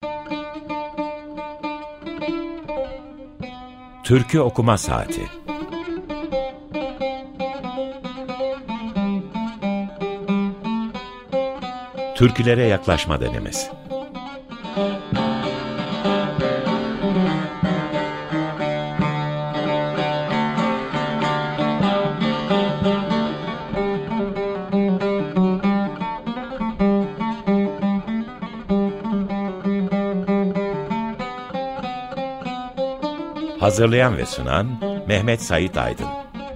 Türkü Okuma Saati. Türkülere yaklaşma denemesi. Hazırlayan ve sunan Mehmet Sait Aydın.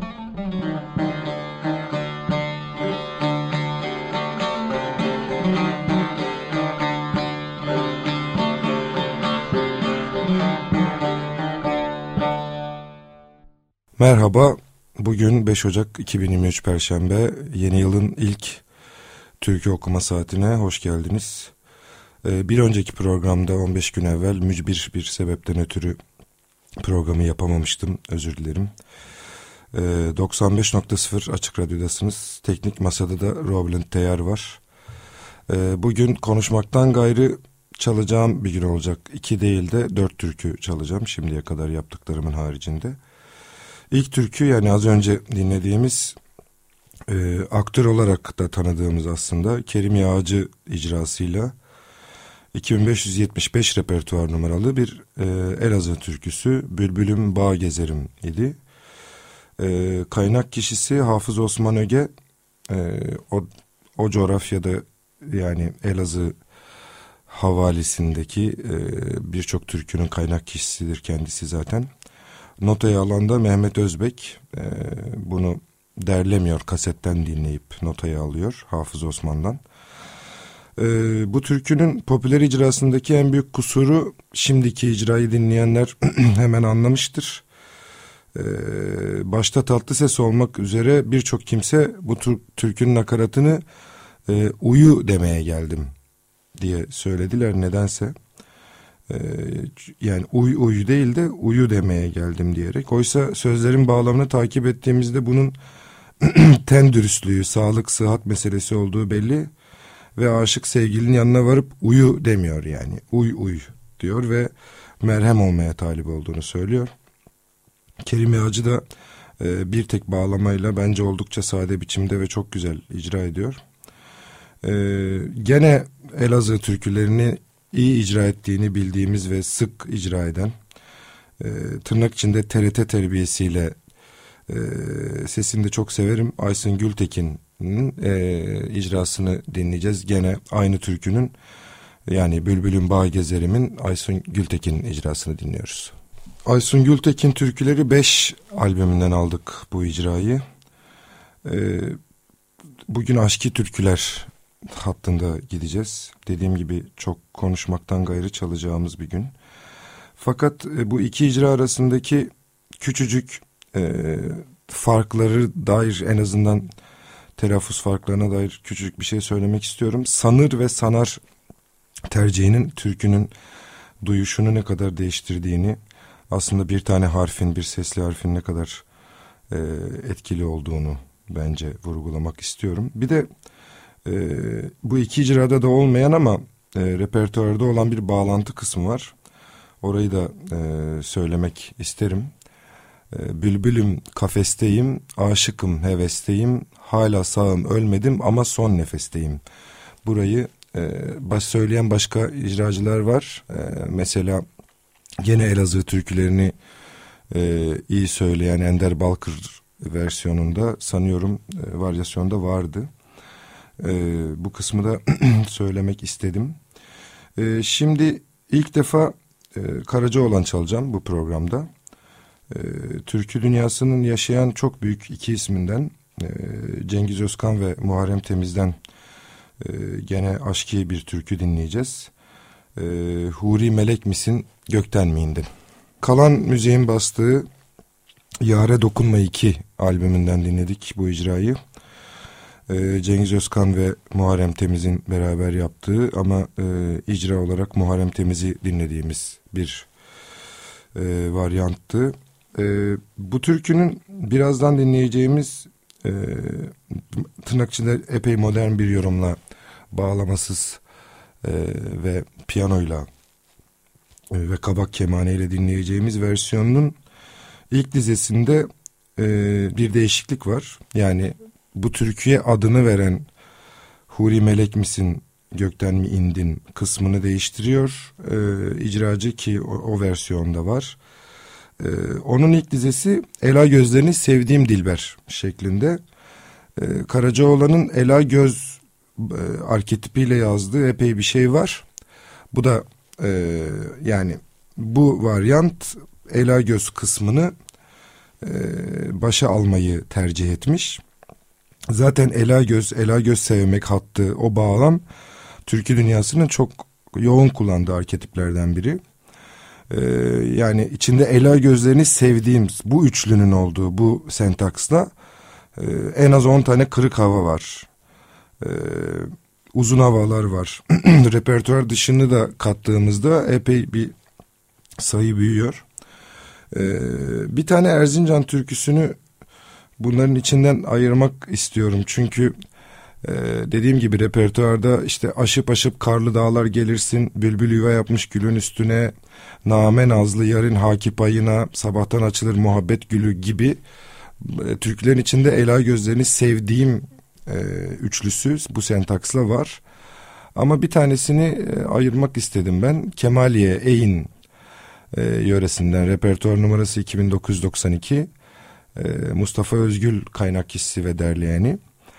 Merhaba, bugün 5 Ocak 2023 Perşembe, yeni yılın ilk Türkü Okuma Saati'ne hoş geldiniz. Bir önceki programda 15 gün evvel mücbir bir sebepten ötürü programı yapamamıştım, özür dilerim. 95.0 Açık Radyo'dasınız. Teknik masada da Roland Teyar var. Bugün konuşmaktan gayrı çalacağım bir gün olacak. 2 değil de 4 türkü çalacağım şimdiye kadar yaptıklarımın haricinde. İlk türkü, yani az önce dinlediğimiz, aktör olarak da tanıdığımız aslında Kerim Yağcı icrasıyla 2575 repertuar numaralı bir Elazığ türküsü Bülbülüm Bağ Gezerim idi. Kaynak kişisi Hafız Osman Öge, o coğrafyada, yani Elazığ havalisindeki birçok türkünün kaynak kişisidir kendisi zaten. Notayı alan da Mehmet Özbek, bunu derlemiyor, kasetten dinleyip notayı alıyor Hafız Osman'dan. Bu türkünün popüler icrasındaki en büyük kusuru, şimdiki icrayı dinleyenler hemen anlamıştır. Başta Tatlıses olmak üzere birçok kimse bu türkünün nakaratını uyu demeye geldim diye söylediler nedense. Yani uy değil de uyu demeye geldim diyerek. Oysa sözlerin bağlamını takip ettiğimizde bunun ten dürüstlüğü, sağlık, sıhhat meselesi olduğu belli. Ve aşık sevgilinin yanına varıp uyu demiyor, yani uy diyor ve merhem olmaya talip olduğunu söylüyor. Kerim Yağcı da bir tek bağlamayla bence oldukça sade biçimde ve çok güzel icra ediyor. Gene Elazığ türkülerini iyi icra ettiğini bildiğimiz ve sık icra eden, tırnak içinde TRT terbiyesiyle sesini de çok severim, Aysun Gültekin'in icrasını dinleyeceğiz. Gene aynı türkünün, yani Bülbülüm Bağ Gezerim'in Aysun Gültekin icrasını dinliyoruz. Aysun Gültekin türküleri 5 albümünden aldık bu icrayı. Bugün aşkı türküler hattında gideceğiz. Dediğim gibi çok konuşmaktan gayrı çalacağımız bir gün. Fakat bu iki icra arasındaki küçücük farkları dair, en azından telaffuz farklarına dair küçücük bir şey söylemek istiyorum. Sanır ve sanar tercihinin türkünün duyuşunu ne kadar değiştirdiğini, aslında bir tane harfin, bir sesli harfin ne kadar etkili olduğunu bence vurgulamak istiyorum. Bir de bu iki icrada da olmayan ama repertuarda olan bir bağlantı kısmı var. Orayı da söylemek isterim. Bülbülüm kafesteyim, aşıkım hevesteyim, hala sağım ölmedim ama son nefesteyim. Burayı söyleyen başka icracılar var. Mesela gene Elazığ türkülerini iyi söyleyen Ender Balkır versiyonunda, sanıyorum varyasyonda vardı. Bu kısmı da söylemek istedim. Şimdi ilk defa Karacaoğlan çalacağım bu programda. Türkü dünyasının yaşayan çok büyük iki isminden, Cengiz Özkan ve Muharrem Temiz'den gene aşkı bir türkü dinleyeceğiz. Huri Melek Misin Gökten mi indin? Kalan müziğin bastığı Yâre Dokunma 2 albümünden dinledik bu icrayı. Cengiz Özkan ve Muharrem Temiz'in beraber yaptığı ama icra olarak Muharrem Temiz'i dinlediğimiz bir varyanttı. Bu türkünün birazdan dinleyeceğimiz tırnak içinde epey modern bir yorumla, bağlamasız ve piyanoyla ve kabak kemane ile dinleyeceğimiz versiyonun ilk dizesinde bir değişiklik var. Yani bu türküye adını veren Huri melek misin gökten mi indin kısmını değiştiriyor icracı, ki o versiyonda var. Onun ilk dizesi Ela gözlerini sevdiğim Dilber şeklinde. Karacaoğlan'ın Ela göz arketipiyle yazdığı epey bir şey var. Bu da yani bu varyant Ela göz kısmını başa almayı tercih etmiş. Zaten Ela göz sevmek hattı, o bağlam türkü dünyasının çok yoğun kullandığı arketiplerden biri. Yani içinde Ela gözlerini sevdiğim bu üçlünün olduğu bu sentaksla en az 10 tane kırık hava var. Uzun havalar var. Repertuar dışını da kattığımızda epey bir sayı büyüyor. Bir tane Erzincan türküsünü bunların içinden ayırmak istiyorum. Çünkü dediğim gibi repertuarda işte aşıp aşıp karlı dağlar gelirsin, bülbül yuva yapmış gülün üstüne, name nazlı yarın haki payına, sabahtan açılır muhabbet gülü gibi türkülerin içinde Ela gözlerini sevdiğim üçlüsü bu sentaksla var. Ama bir tanesini ayırmak istedim ben. Kemaliye Eyn yöresinden, repertuar numarası 2992, Mustafa Özgül kaynak kişisi ve derleyeni.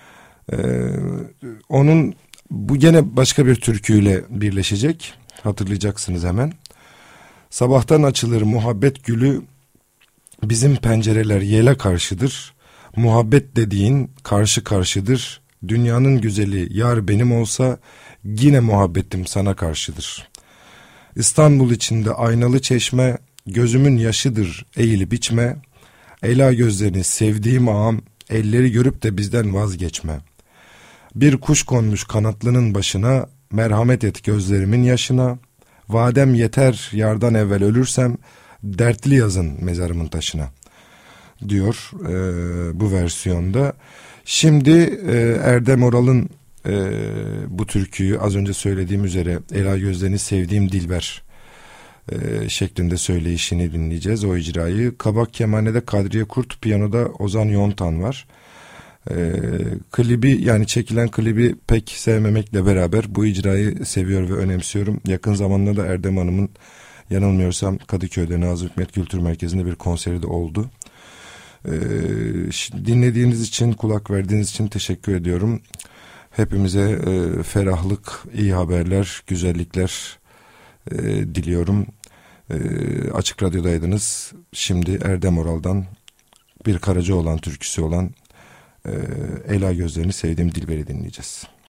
Onun bu gene başka bir türküyle birleşecek, hatırlayacaksınız hemen. Sabahtan açılır muhabbet gülü, bizim pencereler yele karşıdır, muhabbet dediğin karşı karşıdır, dünyanın güzeli yar benim olsa yine muhabbetim sana karşıdır. İstanbul içinde aynalı çeşme, gözümün yaşıdır eğilip içme, Ela gözlerini sevdiğim ağam, elleri görüp de bizden vazgeçme. Bir kuş konmuş kanatlının başına, merhamet et gözlerimin yaşına, vadem yeter yardan evvel ölürsem, dertli yazın mezarımın taşına, diyor bu versiyonda. Şimdi Erdem Oral'ın bu türküyü az önce söylediğim üzere Ela gözlerini sevdiğim Dilber şeklinde söyleyişini dinleyeceğiz, o icrayı. Kabak kemanede Kadriye Kurt, piyanoda Ozan Yontan var. Klibi, yani çekilen klibi pek sevmemekle beraber bu icrayı seviyor ve önemsiyorum. Yakın zamanda da Erdem Hanım'ın, yanılmıyorsam Kadıköy'de Nazım Hikmet Kültür Merkezi'nde bir konseri de oldu. Dinlediğiniz için, kulak verdiğiniz için teşekkür ediyorum. Hepimize ferahlık, iyi haberler, güzellikler diliyorum. Açık Radyo'daydınız. Şimdi Erdem Oral'dan bir Karacaoğlan türküsü olan Ela gözlerini sevdiğim Dilber'i dinleyeceğiz.